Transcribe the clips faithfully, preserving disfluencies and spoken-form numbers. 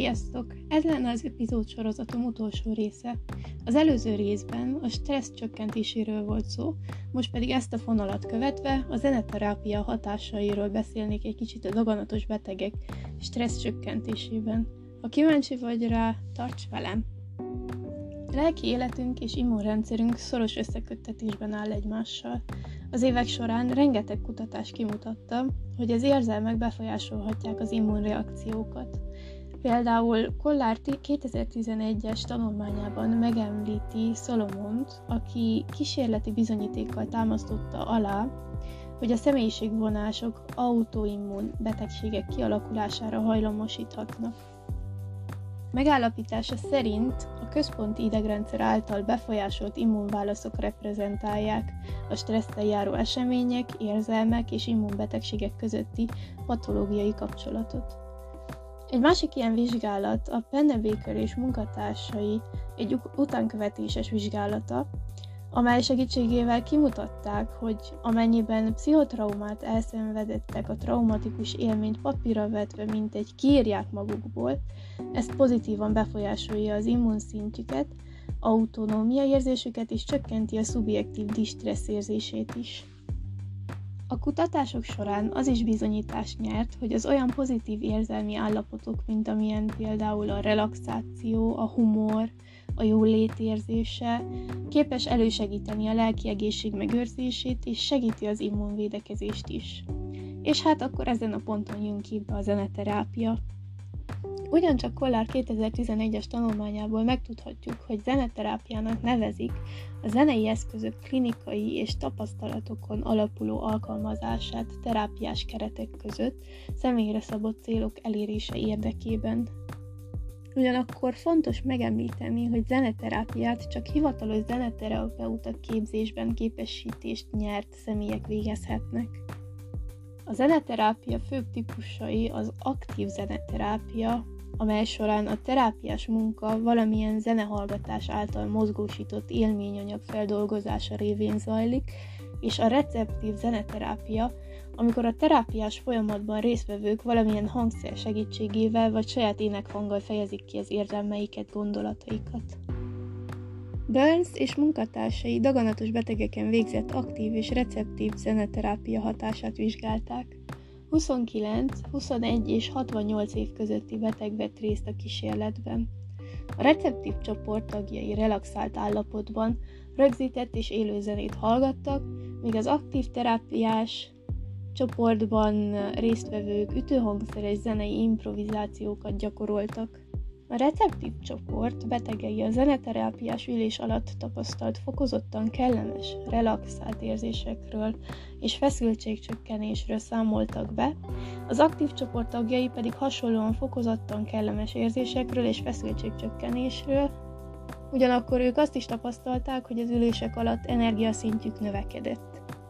Sziasztok! Ez lenne az epizód sorozatom utolsó része. Az előző részben a stressz csökkentéséről volt szó, most pedig ezt a fonalat követve a zeneterápia hatásairól beszélnék egy kicsit a daganatos betegek stressz csökkentésében. Ha kíváncsi vagy rá, tarts velem! Lelki életünk és immunrendszerünk szoros összeköttetésben áll egymással. Az évek során rengeteg kutatás kimutatta, hogy az érzelmek befolyásolhatják az immunreakciókat. Például Kollár kétezer-tizenegyes tanulmányában megemlíti Solomont, aki kísérleti bizonyítékkal támasztotta alá, hogy a személyiségvonások autoimmun betegségek kialakulására hajlamosíthatnak. Megállapítása szerint a központi idegrendszer által befolyásolt immunválaszok reprezentálják a stresszel járó események, érzelmek és immunbetegségek közötti patológiai kapcsolatot. Egy másik ilyen vizsgálat a Pennebaker és munkatársai egy utánkövetéses vizsgálata, amely segítségével kimutatták, hogy amennyiben pszichotraumát elszenvedettek a traumatikus élményt papírra vetve mintegy kiírják magukból, ez pozitívan befolyásolja az immunszintjüket, autonómia érzésüket és csökkenti a szubjektív distressz érzését is. A kutatások során az is bizonyítást nyert, hogy az olyan pozitív érzelmi állapotok, mint amilyen például a relaxáció, a humor, a jólét érzése, képes elősegíteni a lelki egészség megőrzését és segíti az immunvédekezést is. És hát akkor ezen a ponton jön képbe a zeneterápia. Ugyancsak Kollár kétezer-tizenegyes tanulmányából megtudhatjuk, hogy zeneterápiának nevezik a zenei eszközök klinikai és tapasztalatokon alapuló alkalmazását terápiás keretek között személyre szabott célok elérése érdekében. Ugyanakkor fontos megemlíteni, hogy zeneterápiát csak hivatalos zeneterapeuta képzésben képesítést nyert személyek végezhetnek. A zeneterápia főbb típusai az aktív zeneterápia, amely során a terápiás munka valamilyen zenehallgatás által mozgósított élményanyag feldolgozása révén zajlik, és a receptív zeneterápia, amikor a terápiás folyamatban résztvevők valamilyen hangszer segítségével vagy saját énekhanggal fejezik ki az érzelmeiket, gondolataikat. Burns és munkatársai daganatos betegeken végzett aktív és receptív zeneterápia hatását vizsgálták. huszonkilenc, huszonegy és hatvannyolc év közötti beteg vett részt a kísérletben. A receptív csoport tagjai relaxált állapotban rögzített és élő zenét hallgattak, míg az aktív terápiás csoportban résztvevők ütőhangszeres zenei improvizációkat gyakoroltak. A receptív csoport betegei a zeneterápiás ülés alatt tapasztalt fokozottan kellemes, relaxált érzésekről és feszültségcsökkenésről számoltak be, az aktív csoport tagjai pedig hasonlóan fokozottan kellemes érzésekről és feszültségcsökkenésről, ugyanakkor ők azt is tapasztalták, hogy az ülések alatt energiaszintjük növekedett.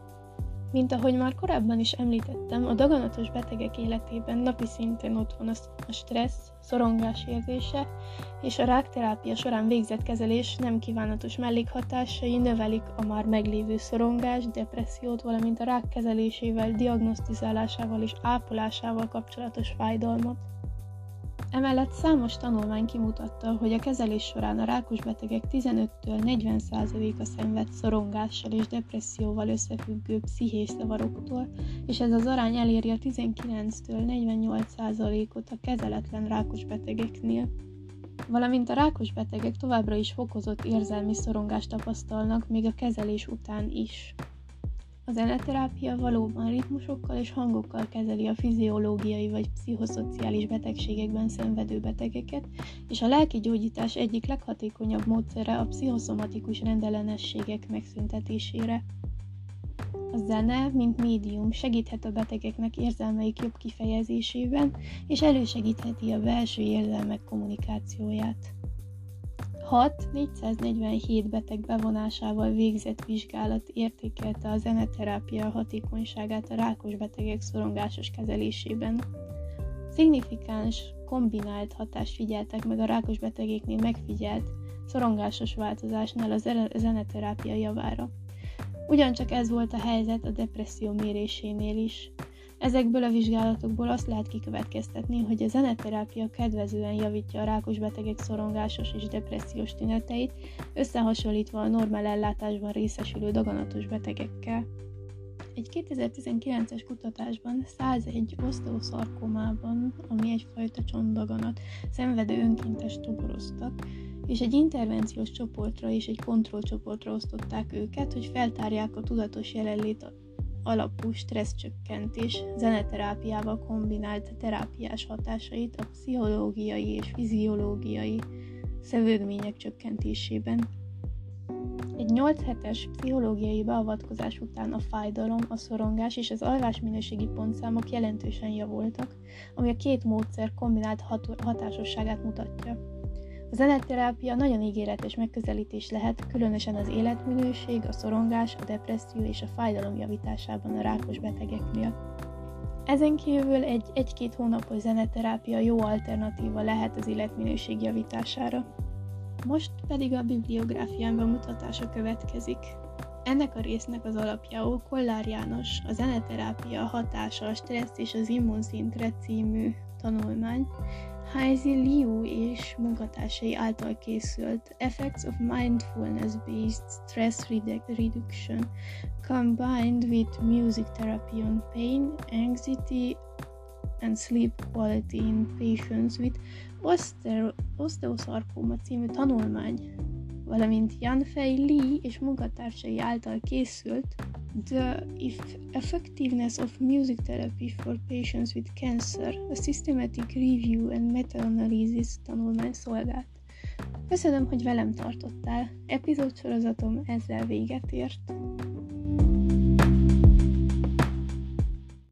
Mint ahogy már korábban is említettem, a daganatos betegek életében napi szinten ott van a stressz, szorongás érzése, és a rákterápia során végzett kezelés nem kívánatos mellékhatásai növelik a már meglévő szorongás, depressziót, valamint a rák kezelésével, diagnosztizálásával és ápolásával kapcsolatos fájdalmat. Emellett számos tanulmány kimutatta, hogy a kezelés során a rákos betegek tizenöttől negyven százaléka szenved szorongással és depresszióval összefüggő pszichés zavaroktól, és ez az arány eléri a tizenkilenctől negyvennyolc százalékot a kezeletlen rákos betegeknél. Valamint a rákos betegek továbbra is fokozott érzelmi szorongást tapasztalnak, még a kezelés után is. A zeneterápia valóban ritmusokkal és hangokkal kezeli a fiziológiai vagy pszichoszociális betegségekben szenvedő betegeket, és a lelki gyógyítás egyik leghatékonyabb módszere a pszichoszomatikus rendellenességek megszüntetésére. A zene, mint médium segíthet a betegeknek érzelmeik jobb kifejezésében, és elősegítheti a belső érzelmek kommunikációját. hat négyszáznegyvenhét beteg bevonásával végzett vizsgálat értékelte a zeneterápia hatékonyságát a rákos betegek szorongásos kezelésében. Szignifikáns, kombinált hatást figyeltek meg a rákos betegeknél megfigyelt szorongásos változásnál a zeneterápia javára. Ugyancsak ez volt a helyzet a depresszió mérésénél is. Ezekből a vizsgálatokból azt lehet kikövetkeztetni, hogy a zeneterápia kedvezően javítja a rákos betegek szorongásos és depressziós tüneteit, összehasonlítva a normál ellátásban részesülő daganatos betegekkel. Egy kétezer-tizenkilences kutatásban százegy oszteoszarkomában, ami egyfajta csontdaganat, szenvedő önkéntest toboroztak, és egy intervenciós csoportra és egy kontrollcsoportra osztották őket, hogy feltárják a tudatos jelenlét alapú stresszcsökkentés zeneterápiával kombinált terápiás hatásait a pszichológiai és fiziológiai szövődmények csökkentésében. Egy nyolc hetes pszichológiai beavatkozás után a fájdalom, a szorongás és az alvásminőségi pontszámok jelentősen javultak, ami a két módszer kombinált hat- hatásosságát mutatja. A zeneterápia nagyon ígéretes megközelítés lehet, különösen az életminőség, a szorongás, a depresszió és a fájdalom javításában a rákos betegeknél. Ezen kívül egy egy-két hónapos zeneterápia jó alternatíva lehet az életminőség javítására. Most pedig a bibliográfián bemutatása következik. Ennek a résznek az alapjául Kollár János, a zeneterápia hatása a stressz és az immunszintre című tanulmány, Heisi Liu és munkatársai által készült Effects of Mindfulness-Based Stress Reduction Combined with Music Therapy on Pain, Anxiety and Sleep Quality in Patients with Osteo- Osteosarcoma című tanulmány, valamint Yanfei Li és munkatársai által készült The Effectiveness of Music Therapy for Patients with Cancer, a Systematic Review and Meta-Analysis tanulmány szolgált. Köszönöm, hogy velem tartottál. Epizódsorozatom ezzel véget ért.